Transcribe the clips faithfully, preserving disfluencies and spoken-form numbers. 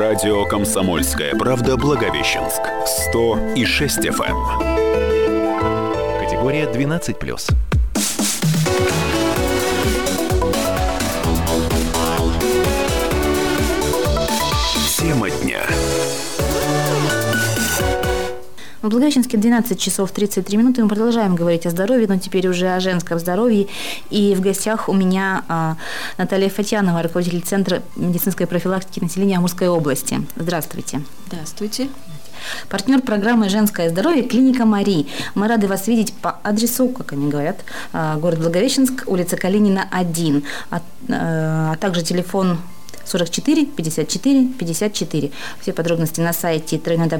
Радио «Комсомольская правда» Благовещенск. сто и шесть эф эм. Категория двенадцать плюс. Тема дня. В Благовещенске двенадцать часов тридцать три минуты. Мы продолжаем говорить о здоровье, но теперь уже о женском здоровье. И в гостях у меня а, Наталья Фатьянова, руководитель Центра медицинской профилактики населения Амурской области. Здравствуйте. Здравствуйте. Партнер программы «Женское здоровье» клиника Мари. Мы рады вас видеть по адресу, как они говорят, город Благовещенск, улица Калинина, один, а, а также телефон сорок четыре пятьдесят четыре пятьдесят четыре. Все подробности на сайте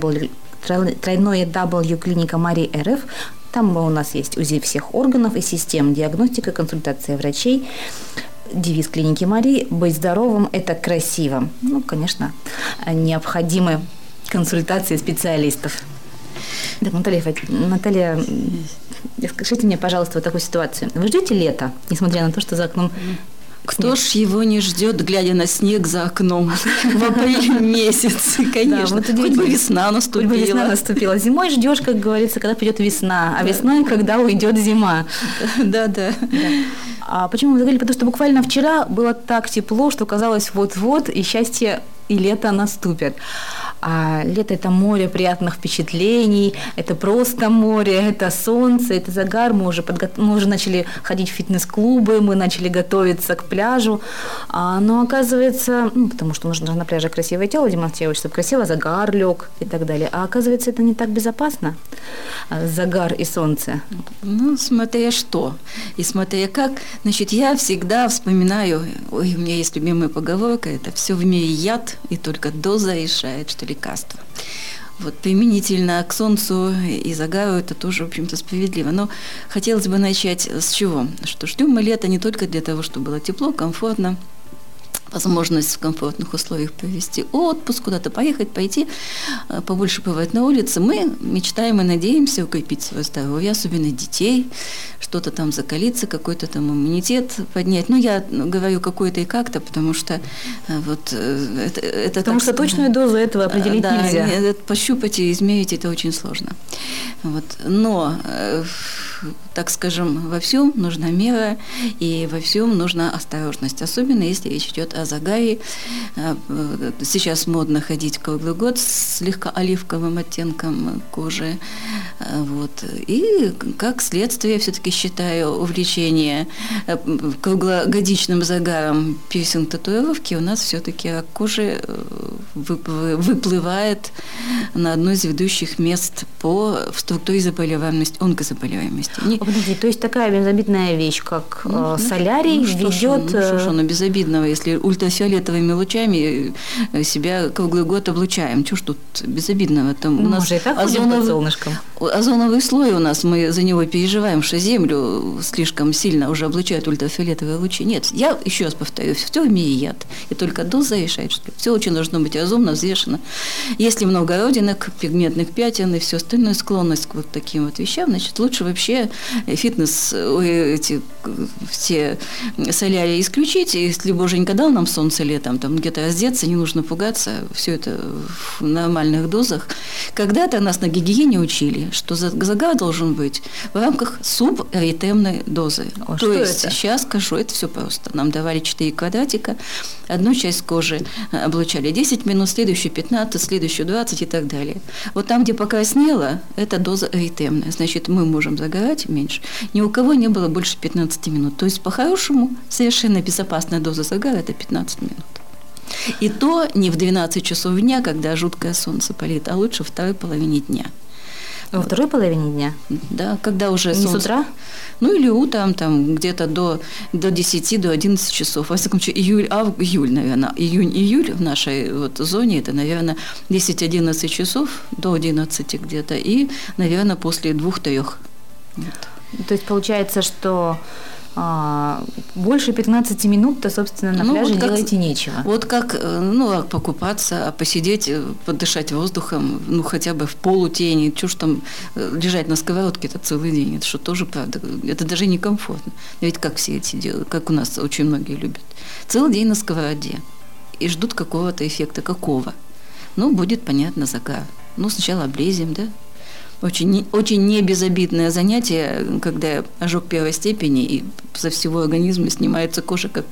тройное дабл ю клиника мари точка эр эф. Там у нас есть УЗИ всех органов и систем, диагностика, консультация врачей. Девиз клиники Мари: «Быть здоровым – это красиво». Ну, конечно, необходимы консультации специалистов. Так, Наталья, Наталья, скажите мне, пожалуйста, вот такую ситуацию. Вы ждете лета, несмотря на то, что за окном... Кто ж его не ждет, глядя на снег за окном в апреле месяце, конечно. Да, вот хоть бы весна наступила. Хоть бы весна наступила. Зимой ждешь, как говорится, когда придет весна, а да. Весной, когда уйдет зима. Да, да. А почему мы заговорили? Потому что буквально вчера было так тепло, что казалось, вот-вот и счастье и лето наступят. А лето – это море приятных впечатлений, это просто море, это солнце, это загар. Мы уже, подго... мы уже начали ходить в фитнес-клубы, мы начали готовиться к пляжу. А, но оказывается, ну, потому что нужно же на пляже красивое тело демонстрировать, чтобы красиво загар лег и так далее. А оказывается, это не так безопасно, загар и солнце. Ну, смотря что и смотря как. Значит, я всегда вспоминаю, ой, у меня есть любимая поговорка, это все в мире яд, и только доза решает, что лекарство. Вот применительно к солнцу и загару это тоже, в общем-то, справедливо. Но хотелось бы начать с чего? Что ждем мы лета не только для того, чтобы было тепло, комфортно, возможность в комфортных условиях провести отпуск, куда-то поехать, пойти, побольше бывать на улице. Мы мечтаем и надеемся укрепить свое здоровье, особенно детей, что-то там закалиться, какой-то там иммунитет поднять. Ну, я говорю какой-то и как-то, потому что вот это... это потому так, что точную дозу этого определить да, нельзя. Пощупать и измерить это очень сложно. Вот. Но, так скажем, во всем нужна мера и во всем нужна осторожность, особенно если речь идет о загаре. Сейчас модно ходить круглый год с слегка оливковым оттенком кожи. Вот. И как следствие, все-таки считаю, увлечение круглогодичным загаром пирсинг-татуировки у нас все-таки рак кожи выплывает на одно из ведущих мест по в структуре заболеваемости, онкозаболеваемости. Подожди, то есть такая безобидная вещь, как ну, солярий, ну, ведет... Что, ну, что, что, ну, безобидного, если ультрафиолетовыми лучами себя круглый год облучаем. Чего ж тут безобидного? Там ну, у нас и так озонов... под солнышком. Озоновый слой у нас, мы за него переживаем, что Землю слишком сильно уже облучают ультрафиолетовые лучи. Нет, я еще раз повторю, все в мире яд. И только доза решает, что все очень должно быть разумно, взвешено. Если много родинок, пигментных пятен и все остальное, склонность к вот таким вот вещам, значит, лучше вообще фитнес, эти все солярии исключить. Если Боженька дал нам солнце летом, там где-то раздеться, не нужно пугаться, все это в нормальных дозах. Когда-то нас на гигиене учили, что загар должен быть в рамках субаритемной дозы. А То есть, это? сейчас скажу, это все просто. Нам давали четыре квадратика, одну часть кожи облучали десять минут, следующую пятнадцать, следующую двадцать и так далее. Вот там, где покраснело, это доза аритемная. Значит, мы можем загорать меньше. Ни у кого не было больше пятнадцать минут. То есть, по-хорошему, совершенно безопасная доза загара – это пятнадцать минут. И то не в двенадцать часов дня, когда жуткое солнце палит, а лучше в второй половине дня. Во вот. Второй половине дня? Да, когда уже не солнце... с утра? Ну, или утром, там, где-то до, до десяти, до одиннадцати часов. Во всяком случае, июль, август, июль, наверное. Июнь-июль в нашей вот зоне, это, наверное, десять-одиннадцать часов, до одиннадцати где-то, и, наверное, после двух-трех. Вот. То есть, получается, что... А, больше пятнадцати минут-то, собственно, на ну, пляже вот как, делать и нечего. Вот как, ну, покупаться, посидеть, подышать воздухом, ну, хотя бы в полутени, чего ж там лежать на сковородке это целый день, это что тоже правда, это даже некомфортно. Ведь как все эти делают, как у нас очень многие любят. Целый день на сковороде и ждут какого-то эффекта, какого? ну, будет, понятно, загар. Ну, сначала облезем, да. Очень, не, очень не безобидное занятие, когда ожог первой степени, и со всего организма снимается кожа, как...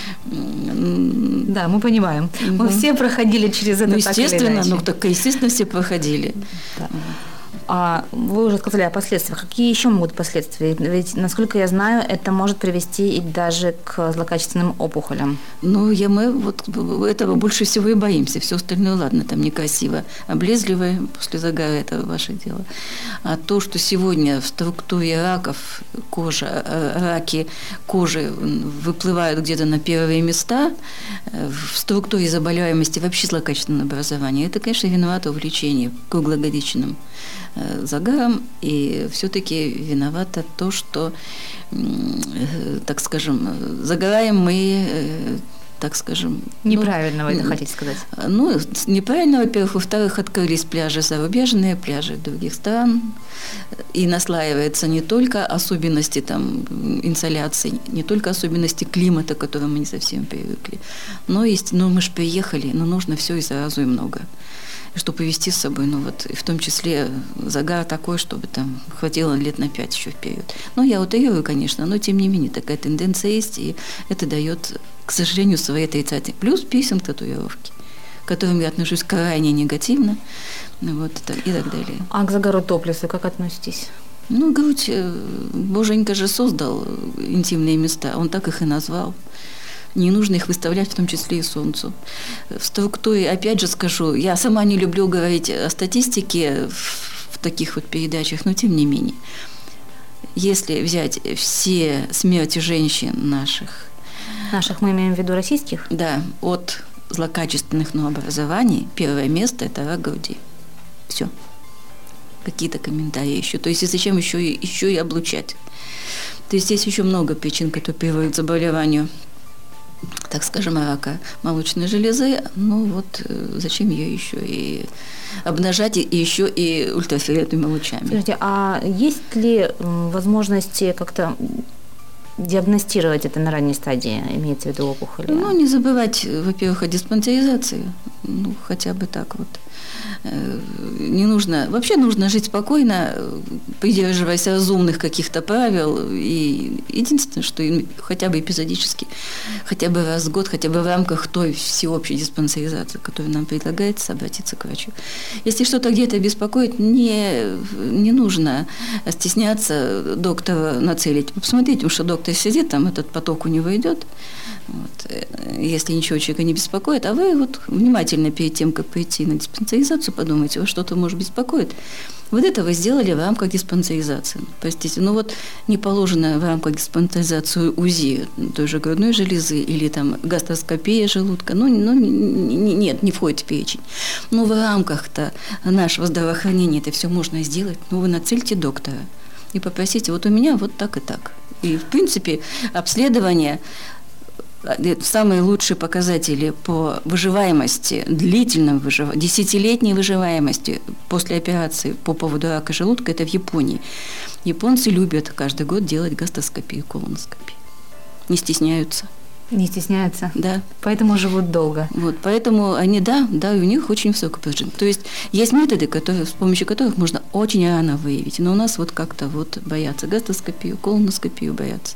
Да, мы понимаем. Угу. Мы все проходили через это. Ну, естественно, ну, так, естественно, все проходили. Да. А вы уже сказали о последствиях. Какие еще могут последствия? Ведь, насколько я знаю, это может привести и даже к злокачественным опухолям. Ну, я, мы вот этого больше всего и боимся. Все остальное, ладно, там некрасиво. Облезливое после загара – это ваше дело. А то, что сегодня в структуре раков кожа, раки кожи выплывают где-то на первые места, в структуре заболеваемости вообще злокачественного образования, это, конечно, виновато увлечение круглогодичным загаром, и все-таки виновато то, что, так скажем, загораем мы, так скажем... Неправильно, ну, вы это хотите сказать? Ну, неправильно, во-первых. Во-вторых, открылись пляжи зарубежные, пляжи других стран, и наслаиваются не только особенности там, инсоляции, не только особенности климата, к которым мы не совсем привыкли, но есть, ну, мы же приехали, но нужно все и сразу и много. Что повезти с собой, ну вот, и в том числе загар такой, чтобы там хватило лет на пять еще вперед. Ну, я утрирую, конечно, но тем не менее такая тенденция есть, и это дает, к сожалению, свои отрицательные. Плюс пирсинг, татуировки, к которым я отношусь крайне негативно, вот, и так далее. А к загару топлеса как относитесь? Ну, грудь, Боженька же создал интимные места, он так их и назвал. Не нужно их выставлять, в том числе и солнцу. В структуре, опять же скажу, я сама не люблю говорить о статистике в, в таких вот передачах, но тем не менее. Если взять все смерти женщин наших... Наших мы имеем в виду российских? Да, от злокачественных новообразований первое место – это рак груди. Все. Какие-то комментарии еще. То есть, и зачем еще, еще и облучать? То есть, есть еще много причин, которые приводят к заболеванию, так скажем, рака молочной железы, ну вот зачем ее еще и обнажать, и еще и ультрафиолетовыми лучами. Скажите, а есть ли возможности как-то диагностировать это на ранней стадии, имеется в виду опухоли? Ну, не забывать, во-первых, о диспансеризации, ну, хотя бы так вот. Не нужно, вообще нужно жить спокойно, придерживаясь разумных каких-то правил. И единственное, что хотя бы эпизодически, хотя бы раз в год, хотя бы в рамках той всеобщей диспансеризации, которая нам предлагается, обратиться к врачу. Если что-то где-то беспокоит, не, не нужно стесняться доктора нацелить. Посмотрите, потому что доктор сидит, там этот поток у него идет. Вот, если ничего человека не беспокоит, а вы вот внимательно перед тем, как пойти на диспансеризацию, подумайте, вас что-то может беспокоит. Вот это вы сделали в рамках диспансеризации. Простите, ну вот не положено в рамках диспансеризации УЗИ той же грудной железы или там гастроскопия желудка, ну, ну нет, не входит в перечень. Но в рамках-то нашего здравоохранения это все можно сделать. Ну вы нацельте доктора и попросите, вот у меня вот так и так. И в принципе обследование... Самые лучшие показатели по выживаемости, длительной выживаемости, десятилетней выживаемости после операции по поводу рака желудка – это в Японии. Японцы любят каждый год делать гастроскопию, колоноскопию. Не стесняются. Не стесняются? Да. Поэтому живут долго. Вот, поэтому они, да, да, у них очень высокая продолжительность. То есть есть методы, которые, с помощью которых можно очень рано выявить. Но у нас вот как-то вот боятся гастроскопию, колоноскопию боятся.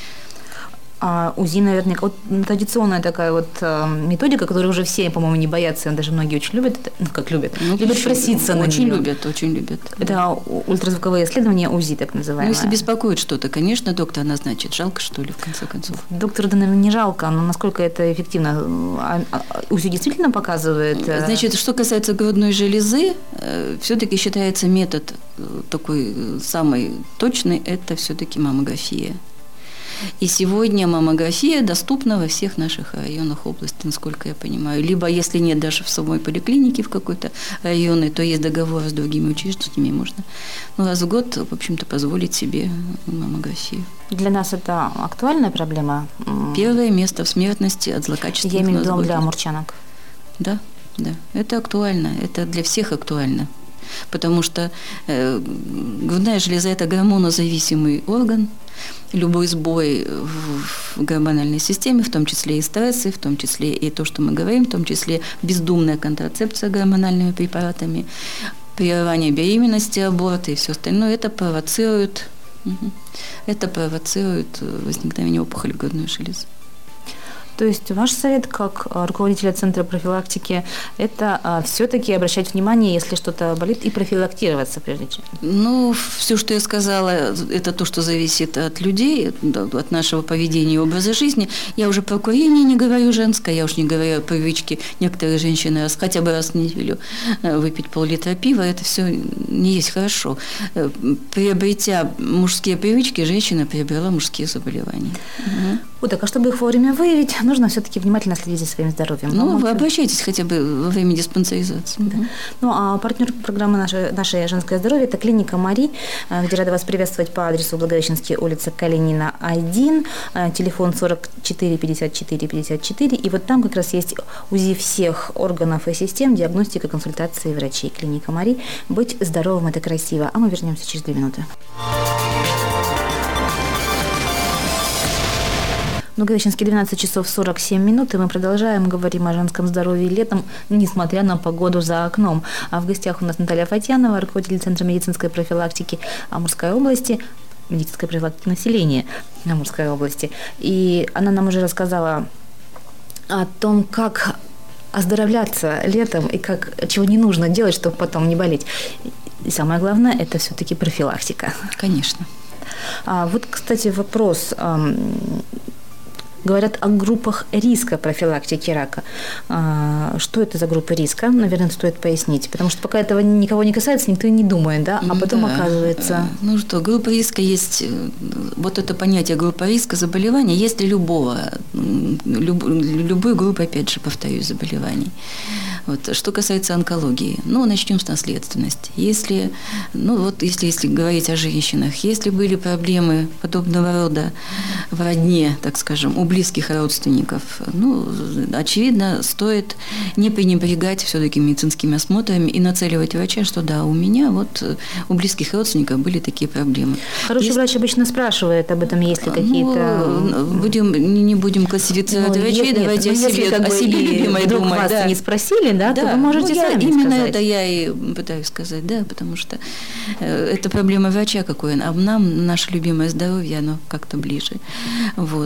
А УЗИ, наверное, вот традиционная такая вот э, методика, которую уже все, по-моему, не боятся, даже многие очень любят, ну, как любят, ну, любят проситься на Очень нее. любят, очень любят. Это ультразвуковые исследования УЗИ, так называемые. Ну, если беспокоит что-то, конечно, доктор назначит. Жалко, что ли, в конце концов? Доктору, да, наверное, не жалко, но насколько это эффективно? УЗИ действительно показывает? Значит, что касается грудной железы, все-таки считается метод такой самый точный, это все-таки маммография. И сегодня маммография доступна во всех наших районах области, насколько я понимаю. Либо, если нет даже в самой поликлинике в какой-то районе, то есть договор с другими учреждениями, можно ну, раз в год, в общем-то, позволить себе маммографию. Для нас это актуальная проблема? Первое место в смертности от злокачественных Я имею в виду носогубных. для амурчанок. Да, да, это актуально, это для всех актуально. Потому что э, грудная железа – это гормонозависимый орган. Любой сбой в гормональной системе, в том числе и стрессы, в том числе и то, что мы говорим, в том числе бездумная контрацепция гормональными препаратами, прерывание беременности, аборты и все остальное, это провоцирует, это провоцирует возникновение опухоли грудной железы. То есть ваш совет как руководителя Центра профилактики – это а, все-таки обращать внимание, если что-то болит, и профилактироваться прежде чем? Ну, все, что я сказала, это то, что зависит от людей, от нашего поведения и образа жизни. Я уже про курение не говорю женское, я уж не говорю о привычке некоторых женщин раз, хотя бы раз в неделю выпить пол-литра пива. Это все не есть хорошо. Приобретя мужские привычки, женщина приобрела мужские заболевания. Угу. Вот так, а чтобы их вовремя выявить, нужно все-таки внимательно следить за своим здоровьем. Ну, Помочь. Вы обращайтесь хотя бы во время диспансеризации. Да. Да. Ну, а партнер программы «Наше, «Наше женское здоровье» – это клиника Мари, где рада вас приветствовать по адресу Благовещенский, улица Калинина, один, телефон сорок четыре пятьдесят четыре пятьдесят четыре. И вот там как раз есть УЗИ всех органов и систем, диагностика, консультации врачей. Клиника Мари. Быть здоровым – это красиво. А мы вернемся через две минуты. Благовещенский, двенадцать часов сорок семь минут, и мы продолжаем, говорим о женском здоровье летом, несмотря на погоду за окном. А в гостях у нас Наталья Фатьянова, руководитель Центра медицинской профилактики Амурской области, медицинской профилактики населения Амурской области. И она нам уже рассказала о том, как оздоровляться летом и как, чего не нужно делать, чтобы потом не болеть. И самое главное – это все-таки профилактика. Конечно. А вот, кстати, вопрос. Говорят о группах риска профилактики рака. Что это за группы риска? Наверное, стоит пояснить. Потому что пока этого никого не касается, никто и не думает, да? А потом да. оказывается... Ну что, группа риска есть... Вот это понятие группа риска заболевания есть для любого. Люб, любой группы, опять же, повторюсь, заболеваний. Вот. Что касается онкологии, ну, начнем с наследственности. Если, ну, вот, если, если говорить о женщинах, если были проблемы подобного рода в родне, так скажем, у близких родственников, ну, очевидно, стоит не пренебрегать все-таки медицинскими осмотрами и нацеливать врача, что да, у меня вот у близких родственников были такие проблемы. Хороший есть... врач обычно спрашивает об этом, есть ли какие-то... Ну, будем, не будем классифицировать ну, врачей, нет, давайте нет, о себе, о себе любимой думать. Вас да. не спросили, да, да, то вы можете ну, я, сами именно сказать. Это я и пытаюсь сказать, да, потому что это проблема врача какой он, а нам наше любимое здоровье, оно как-то ближе. Вот.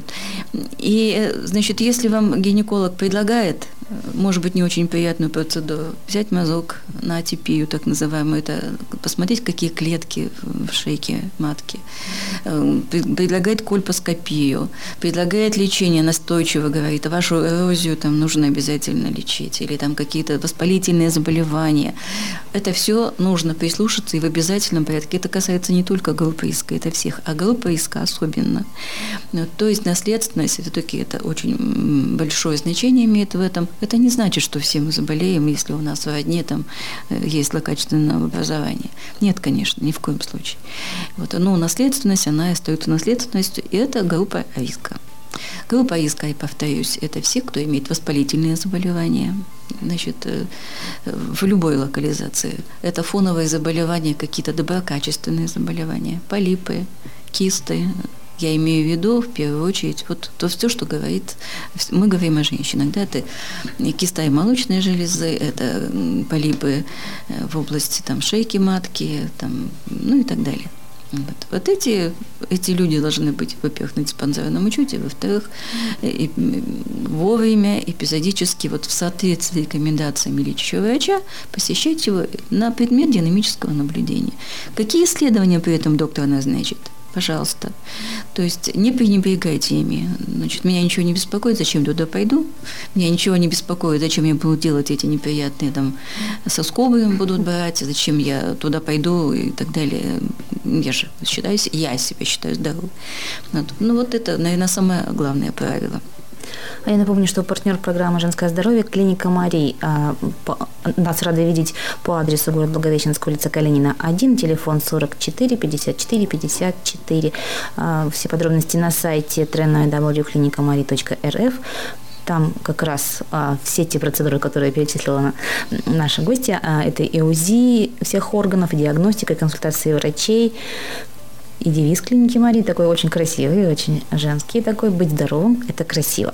И, значит, если вам гинеколог предлагает, может быть, не очень приятную процедуру, взять мазок на атипию, так называемую, это посмотреть, какие клетки в шейке матки, предлагает кольпоскопию, предлагает лечение настойчиво, говорит, вашу эрозию там нужно обязательно лечить, или там какие-то воспалительные заболевания. Это все нужно прислушаться и в обязательном порядке. Это касается не только группы риска, это всех, а группа риска особенно. То есть наследственность, все-таки это очень большое значение имеет в этом. Это не значит, что все мы заболеем, если у нас в родне там есть злокачественное образование. Нет, конечно, ни в коем случае. Вот, но наследственность, она остается наследственностью, и это группа риска. Группа риска, и повторюсь, это все, кто имеет воспалительные заболевания, значит, в любой локализации. Это фоновые заболевания, какие-то доброкачественные заболевания, полипы, кисты. Я имею в виду, в первую очередь, вот то все, что говорит, мы говорим о женщинах, да, это киста и молочной железы, это полипы в области там, шейки матки, там, ну и так далее. Вот, вот эти, эти люди должны быть, во-первых, на диспансерном учете, во-вторых, и, вовремя, эпизодически, вот в соответствии с рекомендациями лечащего врача, посещать его на предмет динамического наблюдения. Какие исследования при этом доктор назначит? Пожалуйста. То есть не пренебрегайте ими. Значит, меня ничего не беспокоит, зачем туда пойду. Меня ничего не беспокоит, зачем я буду делать эти неприятные там соскобы будут брать, зачем я туда пойду и так далее. Я же считаюсь, я себя считаю здоровой. Ну вот это, наверное, самое главное правило. А я напомню, что партнер программы «Женское здоровье» клиника Мари. Нас рады видеть по адресу город Благовещенск, улица Калинина, один, телефон сорок четыре пятьдесят четыре пятьдесят четыре. Все подробности на сайте дабл ю дабл ю дабл ю точка клиника мари точка эр эф. Там как раз а, все те процедуры, которые перечислила наша гостья, а, это и УЗИ всех органов, и диагностика, и консультации врачей, и девиз клиники Марии такой очень красивый, очень женский такой, быть здоровым – это красиво.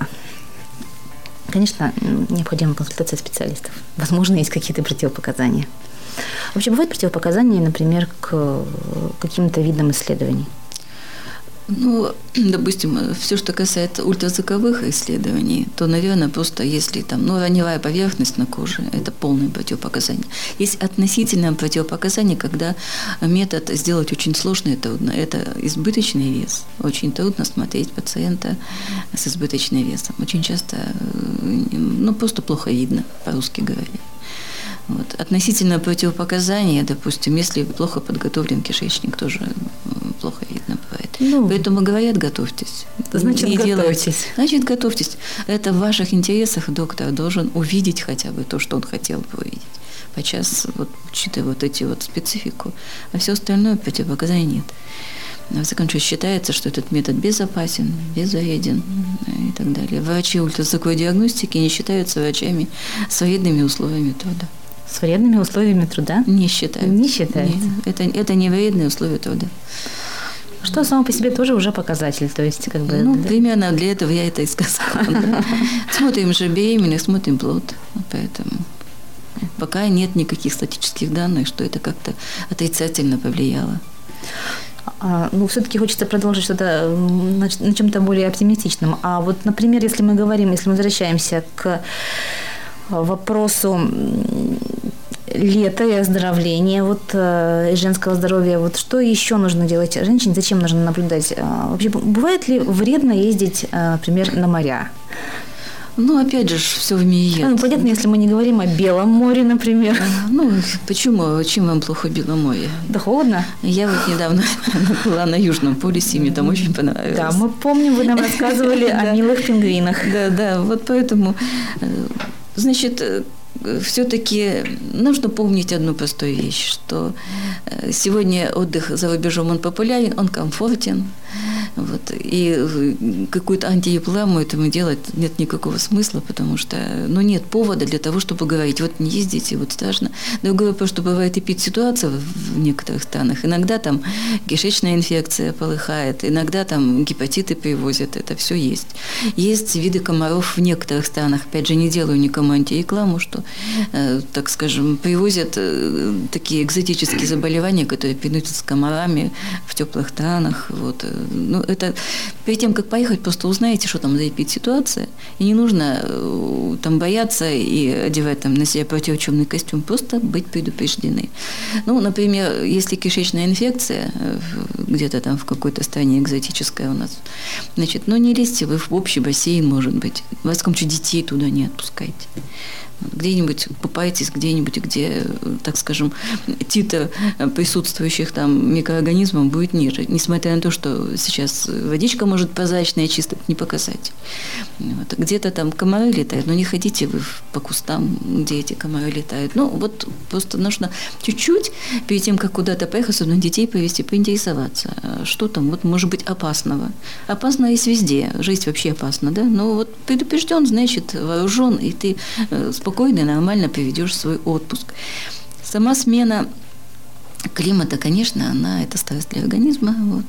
Конечно, необходима консультация специалистов. Возможно, есть какие-то противопоказания. Вообще бывают противопоказания, например, к каким-то видам исследований? Ну, допустим, все, что касается ультразвуковых исследований, то, наверное, просто если там, ну, раневая поверхность на коже, это полное противопоказание. Есть относительное противопоказание, когда метод сделать очень сложно и трудно. Это избыточный вес. Очень трудно смотреть пациента с избыточным весом. Очень часто, ну, просто плохо видно, по-русски говоря. Вот. Относительно противопоказания, допустим, если плохо подготовлен кишечник, тоже плохо видно бывает. Ну, поэтому говорят, готовьтесь. Значит, не готовьтесь. Делайте. Значит, готовьтесь. Это в ваших интересах доктор должен увидеть хотя бы то, что он хотел бы увидеть. Подчас, вот, учитывая вот эти вот специфику, а все остальное противопоказаний нет. Во всяком случае, считается, что этот метод безопасен, безвреден и так далее. Врачи ультразвуковой диагностики не считаются врачами с вредными условиями труда. С вредными условиями труда? Не считаются. Не считается. Нет, это, это не вредные условия труда. Что само по себе тоже уже показатель. То есть, как бы, ну, да? примерно для этого я это и сказала. Смотрим же беременных, смотрим плод. Поэтому пока нет никаких статистических данных, что это как-то отрицательно повлияло. А, ну, все-таки хочется продолжить что-то на, на чем-то более оптимистичном. А вот, например, если мы говорим, если мы возвращаемся к вопросу лета и оздоровления, вот, и женского здоровья, вот что еще нужно делать женщине, зачем нужно наблюдать? Вообще, бывает ли вредно ездить, например, на моря? Ну, опять же, все в мире. Ну, понятно, если мы не говорим о Белом море, например. Ну, почему? Чем вам плохо в Белом море? Да холодно. Я вот недавно была на Южном полюсе, мне там очень понравилось. Да, мы помним, вы нам рассказывали о милых пингвинах. Да, да, вот поэтому, значит, все-таки нужно помнить одну простую вещь, что сегодня отдых за рубежом, он популярен, он комфортен, вот, и какую-то антирекламу этому делать нет никакого смысла, потому что, ну, нет повода для того, чтобы говорить, вот не ездите, вот страшно. Другой вопрос, что бывает эпидситуация в некоторых странах, иногда там кишечная инфекция полыхает, иногда там гепатиты привозят, это все есть. Есть виды комаров в некоторых странах, опять же, не делаю никому антирекламу, что, так скажем, привозят такие экзотические заболевания, которые переносятся с комарами в теплых странах, вот. Ну, это перед тем, как поехать, просто узнаете, что там за эпидситуация, и не нужно там бояться и одевать там на себя противочумный костюм, просто быть предупреждены. Ну, например, если кишечная инфекция где-то там в какой-то стране экзотическая у нас, значит, ну, не лезьте вы в общий бассейн, может быть, во всяком случае, детей туда не отпускайте. Где-нибудь купайтесь, где-нибудь, где, так скажем, титр присутствующих там микроорганизмов будет ниже. Несмотря на то, что сейчас водичка может прозрачная, чисто не показать. Вот. Где-то там комары летают, но не ходите вы по кустам, где эти комары летают. Ну, вот просто нужно чуть-чуть, перед тем, как куда-то поехать, особенно детей повезти, поинтересоваться, что там, вот, может быть, опасного. Опасно есть везде, жизнь вообще опасна, да? Но вот предупрежден, значит, вооружен, и ты спокойно и нормально проведешь свой отпуск. Сама смена климата, конечно, она это стресс для организма, вот.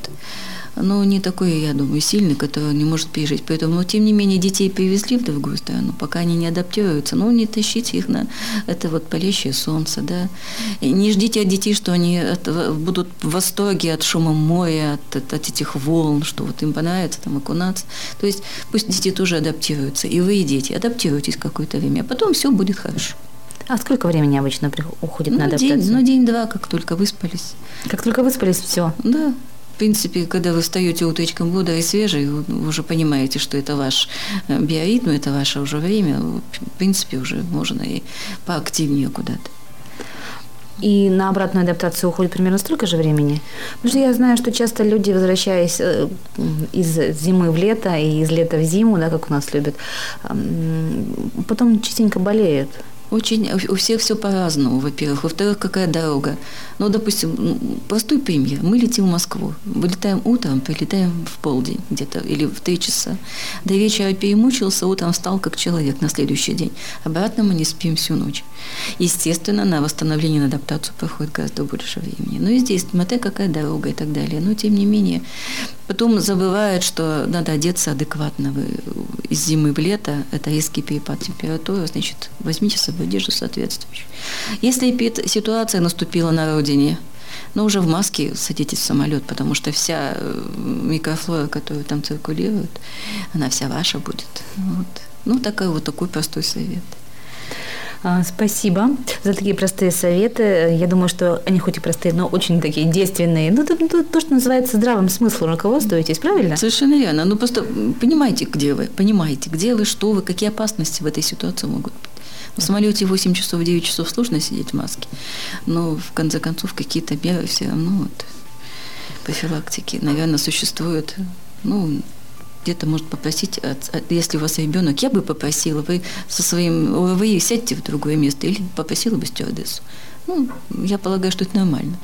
Но не такой, я думаю, сильный, который он не может пережить. Поэтому, но, тем не менее, детей привезли в другую страну, пока они не адаптируются. Ну, не тащите их на это вот палящее солнце, да. И не ждите от детей, что они от, будут в восторге от шума моря, от, от, от этих волн, что вот им понравится там окунаться. То есть пусть дети тоже адаптируются. И вы, и дети, адаптируйтесь какое-то время, а потом все будет хорошо. А сколько времени обычно уходит ну, на адаптацию? День, ну, день-два, как только выспались. Как только выспались, все. Да. В принципе, когда вы встаете утречком бодрый и свежий, вы уже понимаете, что это ваш биоритм, это ваше уже время. В принципе, уже можно и поактивнее куда-то. И на обратную адаптацию уходит примерно столько же времени? Потому что я знаю, что часто люди, возвращаясь из зимы в лето и из лета в зиму, да, как у нас любят, потом частенько болеют. Очень, у всех все по-разному, во-первых. Во-вторых, какая дорога. Ну, допустим, простой пример. Мы летим в Москву. Вылетаем утром, прилетаем в полдень где-то или в три часа. До вечера перемучился, утром встал как человек на следующий день. Обратно мы не спим всю ночь. Естественно, на восстановление, на адаптацию проходит гораздо больше времени. Ну и здесь, смотря какая дорога и так далее. Но, тем не менее, потом забывают, что надо одеться адекватно. Вы из зимы в лето, это резкий перепад температуры, значит, возьмите с собой одежду соответствующую. Если ситуация наступила на родине, но уже в маске садитесь в самолет, потому что вся микрофлора, которая там циркулирует, она вся ваша будет. Вот. Ну, такой вот такой простой совет. Спасибо за такие простые советы. Я думаю, что они хоть и простые, но очень такие действенные. Ну, то, то, то что называется здравым смыслом руководствуетесь, правильно? Совершенно верно. Ну, просто понимаете, где вы, понимаете, где вы, что вы, какие опасности в этой ситуации могут быть. В самолете восемь часов, девять часов сложно сидеть в маске, но, в конце концов, какие-то меры все равно вот, профилактики, наверное, существуют. Ну, где-то может попросить, если у вас ребенок, я бы попросила, вы со своим, вы сядьте в другое место или попросила бы стюардессу. Ну, я полагаю, что это нормально,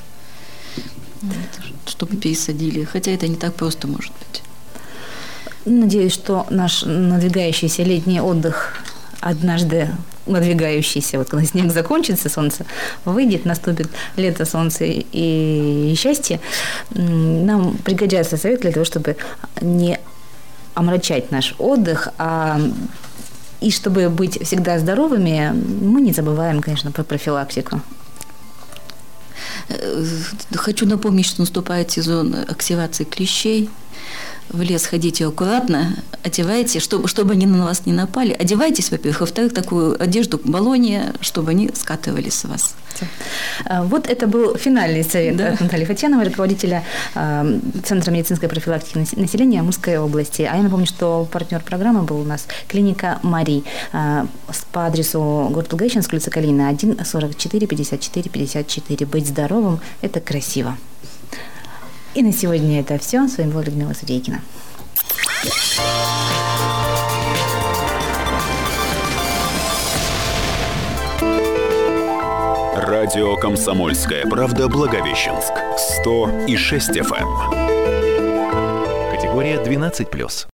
чтобы пересадили, хотя это не так просто может быть. Надеюсь, что наш надвигающийся летний отдых однажды надвигающийся, вот когда снег закончится, солнце выйдет, наступит лето, солнце и счастье, нам пригодятся советы для того, чтобы не омрачать наш отдых, а и чтобы быть всегда здоровыми, мы не забываем, конечно, про профилактику. Хочу напомнить, что наступает сезон активации клещей. В лес ходите аккуратно, одевайте, чтобы, чтобы они на вас не напали. Одевайтесь, во-первых, во-вторых, такую одежду баллония, чтобы они скатывались с вас. Вот это был финальный совет, да, от Натальи Фатьяновой, руководителя Центра медицинской профилактики населения Амурской области. А я напомню, что партнер программы был у нас клиника Мари по адресу город Благовещенск, улица Калинина, один, сорок четыре, пятьдесят четыре, пятьдесят четыре. Быть здоровым – это красиво. И на сегодня это все. С вами была Людмила Судейкина. Радио «Комсомольская правда» Благовещенск. сто и шесть эф эм. Категория двенадцать плюс.